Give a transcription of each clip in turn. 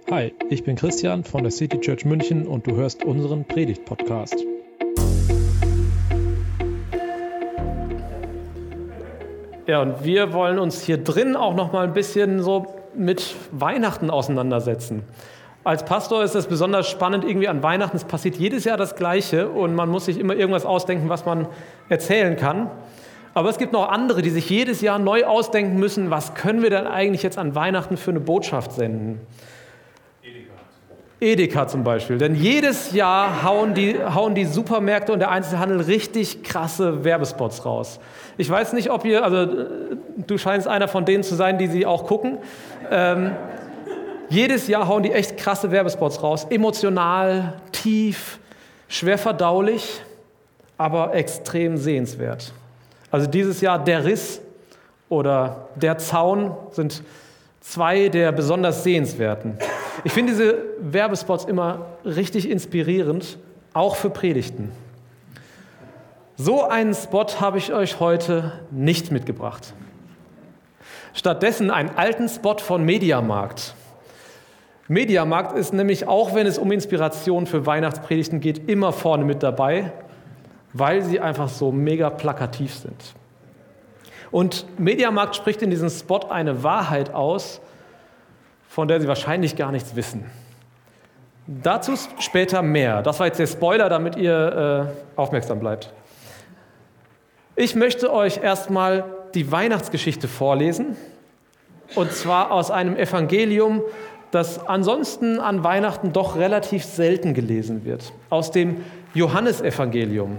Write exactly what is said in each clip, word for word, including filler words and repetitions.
Hi, ich bin Christian von der City Church München und du hörst unseren Predigt-Podcast. Ja, und wir wollen uns hier drin auch noch mal ein bisschen so mit Weihnachten auseinandersetzen. Als Pastor ist es besonders spannend irgendwie an Weihnachten. Es passiert jedes Jahr das Gleiche und man muss sich immer irgendwas ausdenken, was man erzählen kann. Aber es gibt noch andere, die sich jedes Jahr neu ausdenken müssen, was können wir denn eigentlich jetzt an Weihnachten für eine Botschaft senden? Edeka zum Beispiel, denn jedes Jahr hauen die, hauen die Supermärkte und der Einzelhandel richtig krasse Werbespots raus. Ich weiß nicht, ob ihr, also du scheinst einer von denen zu sein, die sie auch gucken. Ähm, jedes Jahr hauen die echt krasse Werbespots raus, emotional, tief, schwer verdaulich, aber extrem sehenswert. Also dieses Jahr Der Riss oder Der Zaun sind zwei der besonders sehenswerten. Ich finde diese Werbespots immer richtig inspirierend, auch für Predigten. So einen Spot habe ich euch heute nicht mitgebracht. Stattdessen einen alten Spot von Mediamarkt. Mediamarkt ist nämlich, auch wenn es um Inspiration für Weihnachtspredigten geht, immer vorne mit dabei, weil sie einfach so mega plakativ sind. Und Mediamarkt spricht in diesem Spot eine Wahrheit aus, von der sie wahrscheinlich gar nichts wissen. Dazu später mehr. Das war jetzt der Spoiler, damit ihr äh, aufmerksam bleibt. Ich möchte euch erstmal die Weihnachtsgeschichte vorlesen, und zwar aus einem Evangelium, das ansonsten an Weihnachten doch relativ selten gelesen wird, aus dem Johannesevangelium.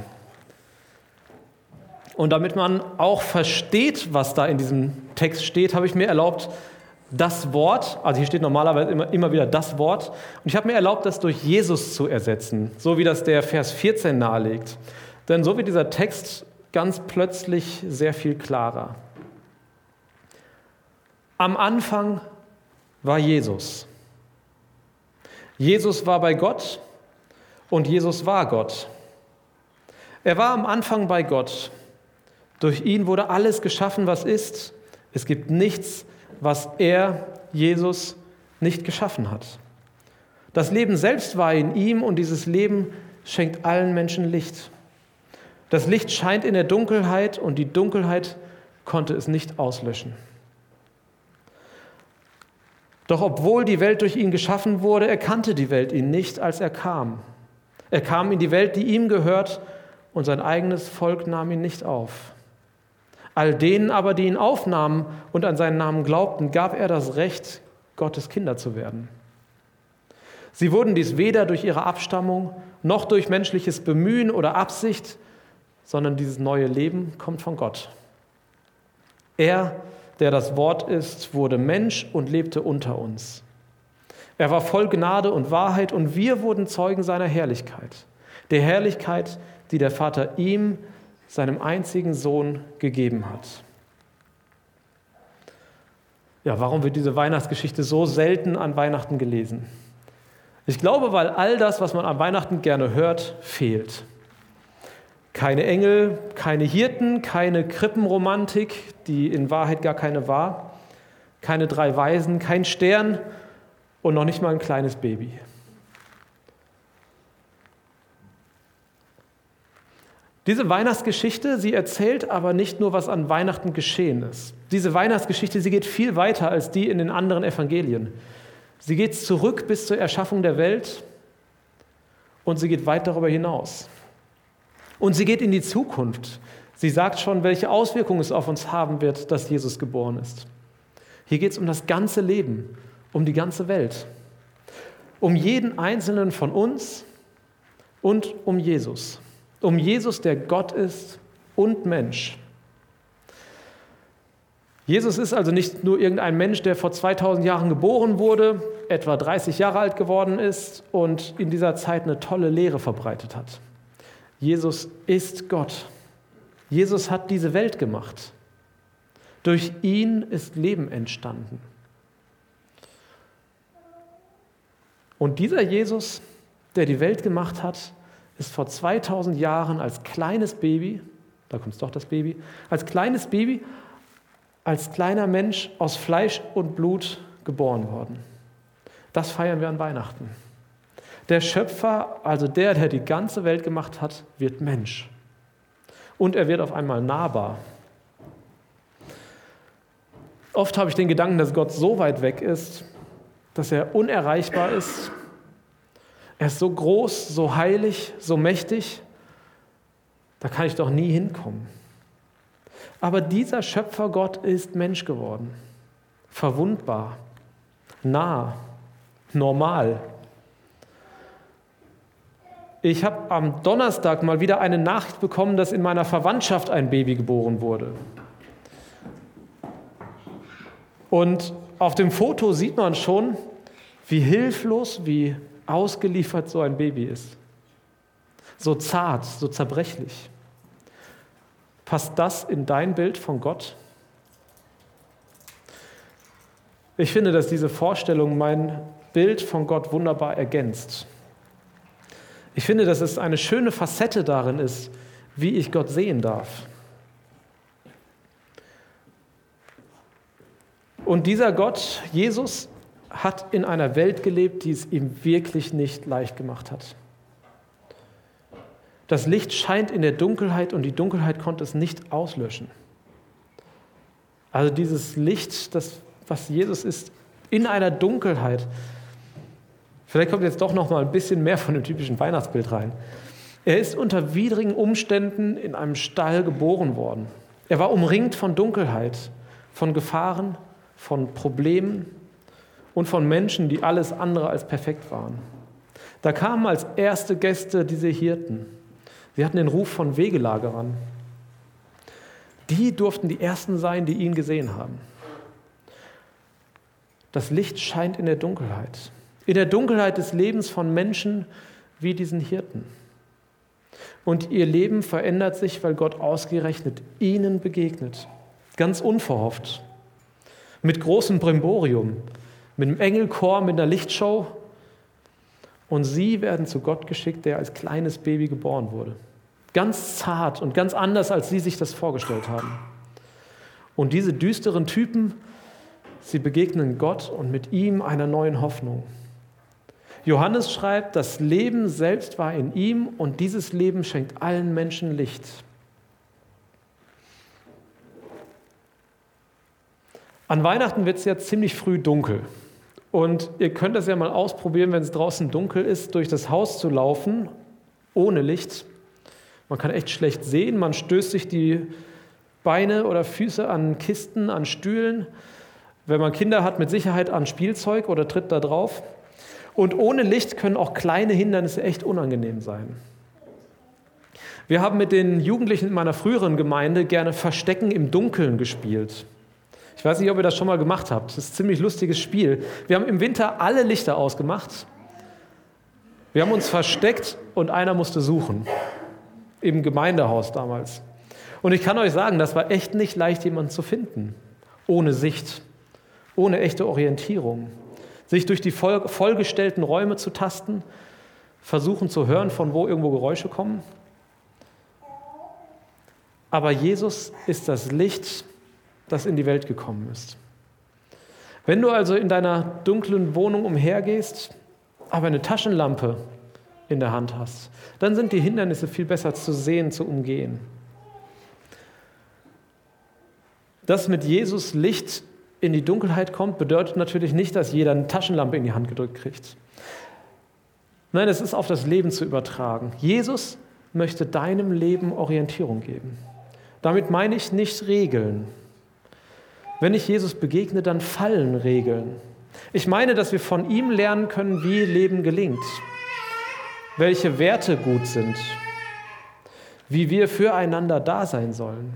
Und damit man auch versteht, was da in diesem Text steht, habe ich mir erlaubt, das Wort, also hier steht normalerweise immer, immer wieder das Wort, und ich habe mir erlaubt, das durch Jesus zu ersetzen, so wie das der Vers vierzehn nahelegt. Denn so wird dieser Text ganz plötzlich sehr viel klarer. Am Anfang war Jesus. Jesus war bei Gott und Jesus war Gott. Er war am Anfang bei Gott. Durch ihn wurde alles geschaffen, was ist. Es gibt nichts, was er, Jesus, nicht geschaffen hat. Das Leben selbst war in ihm und dieses Leben schenkt allen Menschen Licht. Das Licht scheint in der Dunkelheit und die Dunkelheit konnte es nicht auslöschen. Doch obwohl die Welt durch ihn geschaffen wurde, erkannte die Welt ihn nicht, als er kam. Er kam in die Welt, die ihm gehört, und sein eigenes Volk nahm ihn nicht auf. All denen aber, die ihn aufnahmen und an seinen Namen glaubten, gab er das Recht, Gottes Kinder zu werden. Sie wurden dies weder durch ihre Abstammung noch durch menschliches Bemühen oder Absicht, sondern dieses neue Leben kommt von Gott. Er, der das Wort ist, wurde Mensch und lebte unter uns. Er war voll Gnade und Wahrheit und wir wurden Zeugen seiner Herrlichkeit, der Herrlichkeit, die der Vater ihm, seinem einzigen Sohn, gegeben hat. Ja, warum wird diese Weihnachtsgeschichte so selten an Weihnachten gelesen? Ich glaube, weil all das, was man an Weihnachten gerne hört, fehlt. Keine Engel, keine Hirten, keine Krippenromantik, die in Wahrheit gar keine war, keine drei Weisen, kein Stern und noch nicht mal ein kleines Baby. Diese Weihnachtsgeschichte, sie erzählt aber nicht nur, was an Weihnachten geschehen ist. Diese Weihnachtsgeschichte, sie geht viel weiter als die in den anderen Evangelien. Sie geht zurück bis zur Erschaffung der Welt und sie geht weit darüber hinaus. Und sie geht in die Zukunft. Sie sagt schon, welche Auswirkungen es auf uns haben wird, dass Jesus geboren ist. Hier geht es um das ganze Leben, um die ganze Welt, um jeden Einzelnen von uns und um Jesus. Um Jesus, der Gott ist und Mensch. Jesus ist also nicht nur irgendein Mensch, der vor zweitausend Jahren geboren wurde, etwa dreißig Jahre alt geworden ist und in dieser Zeit eine tolle Lehre verbreitet hat. Jesus ist Gott. Jesus hat diese Welt gemacht. Durch ihn ist Leben entstanden. Und dieser Jesus, der die Welt gemacht hat, ist vor zweitausend Jahren als kleines Baby, da kommt doch das Baby, als kleines Baby, als kleiner Mensch aus Fleisch und Blut geboren worden. Das feiern wir an Weihnachten. Der Schöpfer, also der, der die ganze Welt gemacht hat, wird Mensch. Und er wird auf einmal nahbar. Oft habe ich den Gedanken, dass Gott so weit weg ist, dass er unerreichbar ist. Er ist so groß, so heilig, so mächtig. Da kann ich doch nie hinkommen. Aber dieser Schöpfergott ist Mensch geworden. Verwundbar, nah, normal. Ich habe am Donnerstag mal wieder eine Nachricht bekommen, dass in meiner Verwandtschaft ein Baby geboren wurde. Und auf dem Foto sieht man schon, wie hilflos, wie ausgeliefert so ein Baby ist. So zart, so zerbrechlich. Passt das in dein Bild von Gott? Ich finde, dass diese Vorstellung mein Bild von Gott wunderbar ergänzt. Ich finde, dass es eine schöne Facette darin ist, wie ich Gott sehen darf. Und dieser Gott, Jesus, hat in einer Welt gelebt, die es ihm wirklich nicht leicht gemacht hat. Das Licht scheint in der Dunkelheit und die Dunkelheit konnte es nicht auslöschen. Also dieses Licht, das, was Jesus ist, in einer Dunkelheit. Vielleicht kommt jetzt doch noch mal ein bisschen mehr von dem typischen Weihnachtsbild rein. Er ist unter widrigen Umständen in einem Stall geboren worden. Er war umringt von Dunkelheit, von Gefahren, von Problemen und von Menschen, die alles andere als perfekt waren. Da kamen als erste Gäste diese Hirten. Sie hatten den Ruf von Wegelagerern. Die durften die Ersten sein, die ihn gesehen haben. Das Licht scheint in der Dunkelheit. In der Dunkelheit des Lebens von Menschen wie diesen Hirten. Und ihr Leben verändert sich, weil Gott ausgerechnet ihnen begegnet. Ganz unverhofft. Mit großem Brimborium, mit einem Engelchor, mit einer Lichtshow. Und sie werden zu Gott geschickt, der als kleines Baby geboren wurde. Ganz zart und ganz anders, als sie sich das vorgestellt haben. Und diese düsteren Typen, sie begegnen Gott und mit ihm einer neuen Hoffnung. Johannes schreibt, das Leben selbst war in ihm und dieses Leben schenkt allen Menschen Licht. An Weihnachten wird es ja ziemlich früh dunkel. Und ihr könnt das ja mal ausprobieren, wenn es draußen dunkel ist, durch das Haus zu laufen, ohne Licht. Man kann echt schlecht sehen, man stößt sich die Beine oder Füße an Kisten, an Stühlen. Wenn man Kinder hat, mit Sicherheit an Spielzeug oder tritt da drauf. Und ohne Licht können auch kleine Hindernisse echt unangenehm sein. Wir haben mit den Jugendlichen in meiner früheren Gemeinde gerne Verstecken im Dunkeln gespielt. Ich weiß nicht, ob ihr das schon mal gemacht habt. Das ist ein ziemlich lustiges Spiel. Wir haben im Winter alle Lichter ausgemacht. Wir haben uns versteckt und einer musste suchen. Im Gemeindehaus damals. Und ich kann euch sagen, das war echt nicht leicht, jemanden zu finden. Ohne Sicht, ohne echte Orientierung. Sich durch die voll, vollgestellten Räume zu tasten, versuchen zu hören, von wo irgendwo Geräusche kommen. Aber Jesus ist das Licht, das in die Welt gekommen ist. Wenn du also in deiner dunklen Wohnung umhergehst, aber eine Taschenlampe in der Hand hast, dann sind die Hindernisse viel besser zu sehen, zu umgehen. Dass mit Jesus Licht in die Dunkelheit kommt, bedeutet natürlich nicht, dass jeder eine Taschenlampe in die Hand gedrückt kriegt. Nein, es ist auf das Leben zu übertragen. Jesus möchte deinem Leben Orientierung geben. Damit meine ich nicht Regeln. Wenn ich Jesus begegne, dann fallen Regeln. Ich meine, dass wir von ihm lernen können, wie Leben gelingt, welche Werte gut sind, wie wir füreinander da sein sollen.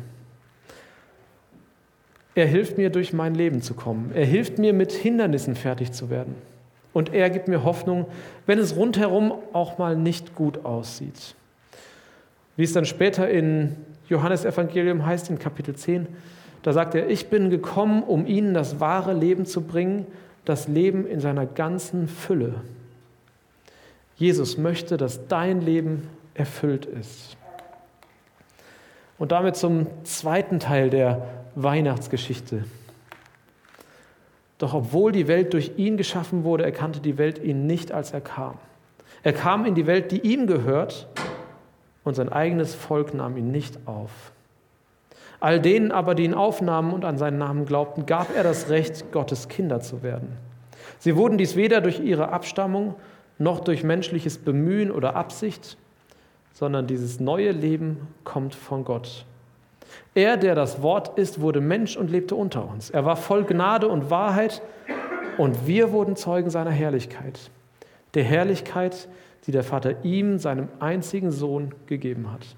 Er hilft mir, durch mein Leben zu kommen. Er hilft mir, mit Hindernissen fertig zu werden. Und er gibt mir Hoffnung, wenn es rundherum auch mal nicht gut aussieht. Wie es dann später in Johannesevangelium heißt, in Kapitel zehn, da sagt er, ich bin gekommen, um ihnen das wahre Leben zu bringen, das Leben in seiner ganzen Fülle. Jesus möchte, dass dein Leben erfüllt ist. Und damit zum zweiten Teil der Weihnachtsgeschichte. Doch obwohl die Welt durch ihn geschaffen wurde, erkannte die Welt ihn nicht, als er kam. Er kam in die Welt, die ihm gehört, und sein eigenes Volk nahm ihn nicht auf. All denen aber, die ihn aufnahmen und an seinen Namen glaubten, gab er das Recht, Gottes Kinder zu werden. Sie wurden dies weder durch ihre Abstammung noch durch menschliches Bemühen oder Absicht, sondern dieses neue Leben kommt von Gott. Er, der das Wort ist, wurde Mensch und lebte unter uns. Er war voll Gnade und Wahrheit und wir wurden Zeugen seiner Herrlichkeit. Der Herrlichkeit, die der Vater ihm, seinem einzigen Sohn, gegeben hat.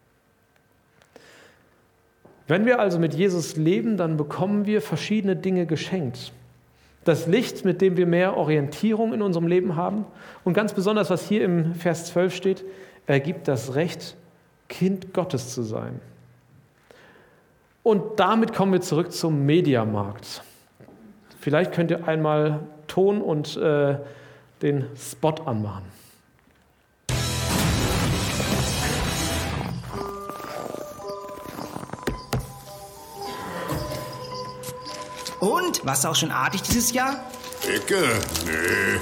Wenn wir also mit Jesus leben, dann bekommen wir verschiedene Dinge geschenkt. Das Licht, mit dem wir mehr Orientierung in unserem Leben haben. Und ganz besonders, was hier im Vers zwölf steht, er gibt das Recht, Kind Gottes zu sein. Und damit kommen wir zurück zum Mediamarkt. Vielleicht könnt ihr einmal Ton und äh, den Spot anmachen. Und? Warst du auch schon artig dieses Jahr? Dicke? Nee.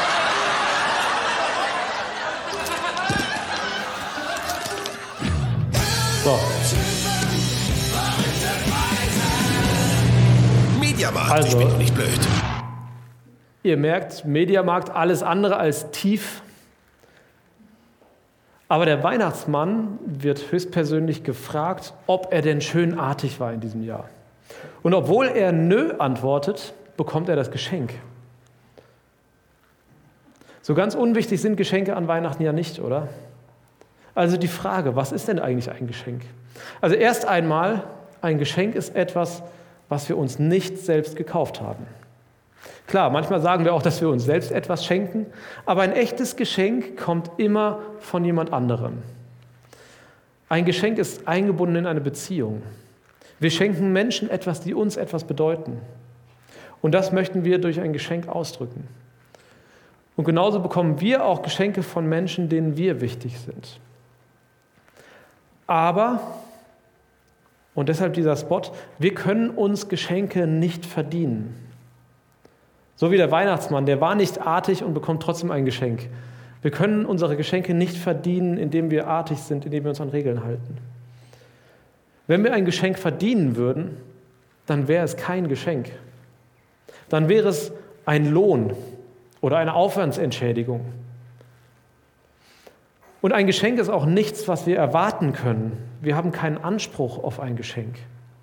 So. Mediamarkt, Also, ich bin doch nicht blöd. Ihr merkt, Mediamarkt, alles andere als tief. Aber der Weihnachtsmann wird höchstpersönlich gefragt, ob er denn schön artig war in diesem Jahr. Und obwohl er nö antwortet, bekommt er das Geschenk. So ganz unwichtig sind Geschenke an Weihnachten ja nicht, oder? Also die Frage, was ist denn eigentlich ein Geschenk? Also erst einmal, ein Geschenk ist etwas, was wir uns nicht selbst gekauft haben. Klar, manchmal sagen wir auch, dass wir uns selbst etwas schenken, aber ein echtes Geschenk kommt immer von jemand anderem. Ein Geschenk ist eingebunden in eine Beziehung. Wir schenken Menschen etwas, die uns etwas bedeuten. Und das möchten wir durch ein Geschenk ausdrücken. Und genauso bekommen wir auch Geschenke von Menschen, denen wir wichtig sind. Aber, und deshalb dieser Spot, wir können uns Geschenke nicht verdienen. So wie der Weihnachtsmann, der war nicht artig und bekommt trotzdem ein Geschenk. Wir können unsere Geschenke nicht verdienen, indem wir artig sind, indem wir uns an Regeln halten. Wenn wir ein Geschenk verdienen würden, dann wäre es kein Geschenk. Dann wäre es ein Lohn oder eine Aufwandsentschädigung. Und ein Geschenk ist auch nichts, was wir erwarten können. Wir haben keinen Anspruch auf ein Geschenk.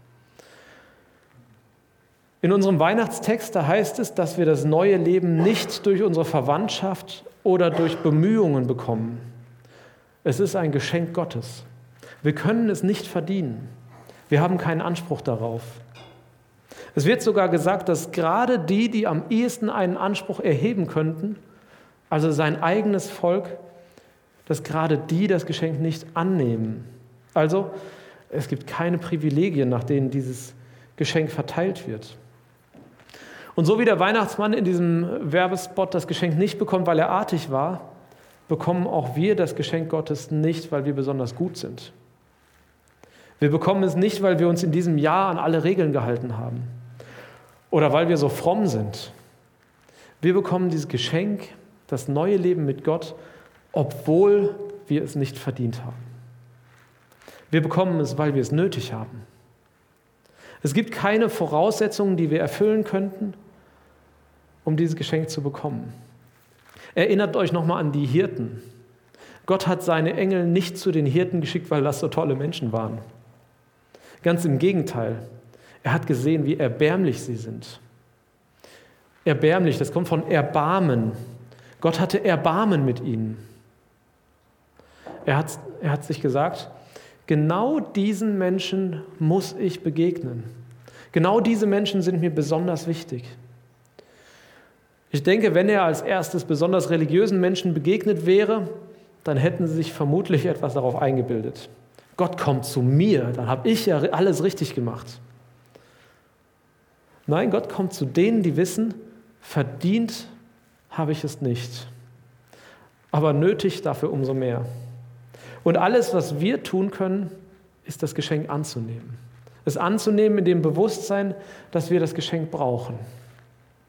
In unserem Weihnachtstext, da heißt es, dass wir das neue Leben nicht durch unsere Verwandtschaft oder durch Bemühungen bekommen. Es ist ein Geschenk Gottes. Wir können es nicht verdienen. Wir haben keinen Anspruch darauf. Es wird sogar gesagt, dass gerade die, die am ehesten einen Anspruch erheben könnten, also sein eigenes Volk, dass gerade die das Geschenk nicht annehmen. Also es gibt keine Privilegien, nach denen dieses Geschenk verteilt wird. Und so wie der Weihnachtsmann in diesem Werbespot das Geschenk nicht bekommt, weil er artig war, bekommen auch wir das Geschenk Gottes nicht, weil wir besonders gut sind. Wir bekommen es nicht, weil wir uns in diesem Jahr an alle Regeln gehalten haben oder weil wir so fromm sind. Wir bekommen dieses Geschenk, das neue Leben mit Gott, obwohl wir es nicht verdient haben. Wir bekommen es, weil wir es nötig haben. Es gibt keine Voraussetzungen, die wir erfüllen könnten, um dieses Geschenk zu bekommen. Erinnert euch nochmal an die Hirten. Gott hat seine Engel nicht zu den Hirten geschickt, weil das so tolle Menschen waren. Ganz im Gegenteil. Er hat gesehen, wie erbärmlich sie sind. Erbärmlich, das kommt von Erbarmen. Gott hatte Erbarmen mit ihnen. Er hat, er hat sich gesagt, genau diesen Menschen muss ich begegnen. Genau diese Menschen sind mir besonders wichtig. Ich denke, wenn er als erstes besonders religiösen Menschen begegnet wäre, dann hätten sie sich vermutlich etwas darauf eingebildet. Gott kommt zu mir, dann habe ich ja alles richtig gemacht. Nein, Gott kommt zu denen, die wissen, verdient habe ich es nicht, aber nötig dafür umso mehr. Und alles, was wir tun können, ist das Geschenk anzunehmen. Es anzunehmen in dem Bewusstsein, dass wir das Geschenk brauchen.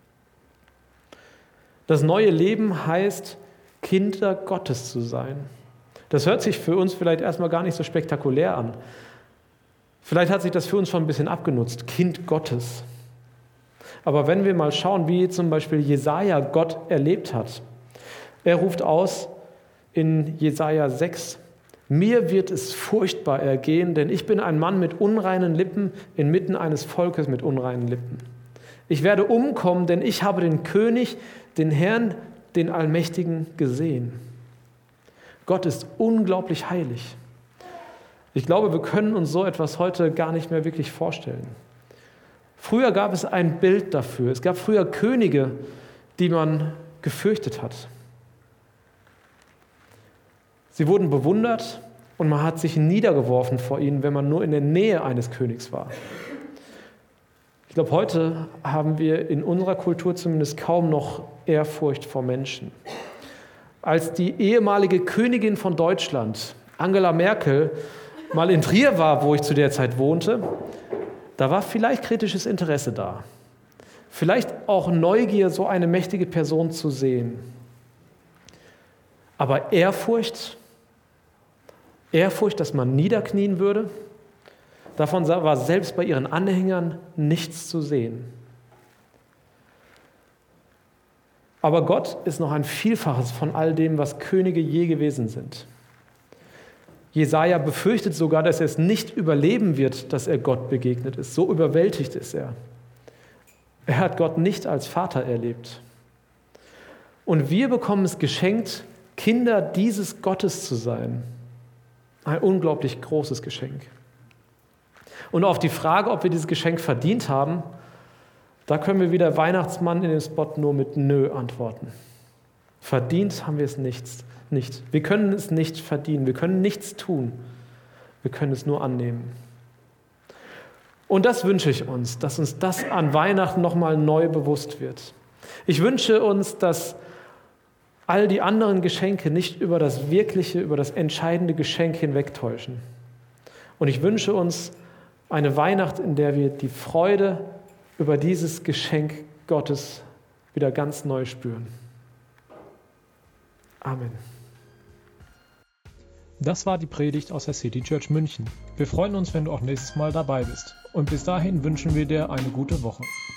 Das neue Leben heißt, Kinder Gottes zu sein. Das hört sich für uns vielleicht erstmal gar nicht so spektakulär an. Vielleicht hat sich das für uns schon ein bisschen abgenutzt, Kind Gottes. Aber wenn wir mal schauen, wie zum Beispiel Jesaja Gott erlebt hat, er ruft aus in Jesaja sechs, mir wird es furchtbar ergehen, denn ich bin ein Mann mit unreinen Lippen inmitten eines Volkes mit unreinen Lippen. Ich werde umkommen, denn ich habe den König, den Herrn, den Allmächtigen gesehen. Gott ist unglaublich heilig. Ich glaube, wir können uns so etwas heute gar nicht mehr wirklich vorstellen. Früher gab es ein Bild dafür. Es gab früher Könige, die man gefürchtet hat. Sie wurden bewundert und man hat sich niedergeworfen vor ihnen, wenn man nur in der Nähe eines Königs war. Ich glaube, heute haben wir in unserer Kultur zumindest kaum noch Ehrfurcht vor Menschen. Als die ehemalige Königin von Deutschland, Angela Merkel, mal in Trier war, wo ich zu der Zeit wohnte, da war vielleicht kritisches Interesse da. Vielleicht auch Neugier, so eine mächtige Person zu sehen. Aber Ehrfurcht, Ehrfurcht, dass man niederknien würde, davon war selbst bei ihren Anhängern nichts zu sehen. Aber Gott ist noch ein Vielfaches von all dem, was Könige je gewesen sind. Jesaja befürchtet sogar, dass er es nicht überleben wird, dass er Gott begegnet ist. So überwältigt ist er. Er hat Gott nicht als Vater erlebt. Und wir bekommen es geschenkt, Kinder dieses Gottes zu sein. Ein unglaublich großes Geschenk. Und auf die Frage, ob wir dieses Geschenk verdient haben, da können wir wieder Weihnachtsmann in dem Spot nur mit Nö antworten. Verdient haben wir es nichts, nicht. Wir können es nicht verdienen, wir können nichts tun. Wir können es nur annehmen. Und das wünsche ich uns, dass uns das an Weihnachten nochmal neu bewusst wird. Ich wünsche uns, dass all die anderen Geschenke nicht über das wirkliche, über das entscheidende Geschenk hinwegtäuschen. Und ich wünsche uns eine Weihnacht, in der wir die Freude über dieses Geschenk Gottes wieder ganz neu spüren. Amen. Das war die Predigt aus der City Church München. Wir freuen uns, wenn du auch nächstes Mal dabei bist. Und bis dahin wünschen wir dir eine gute Woche.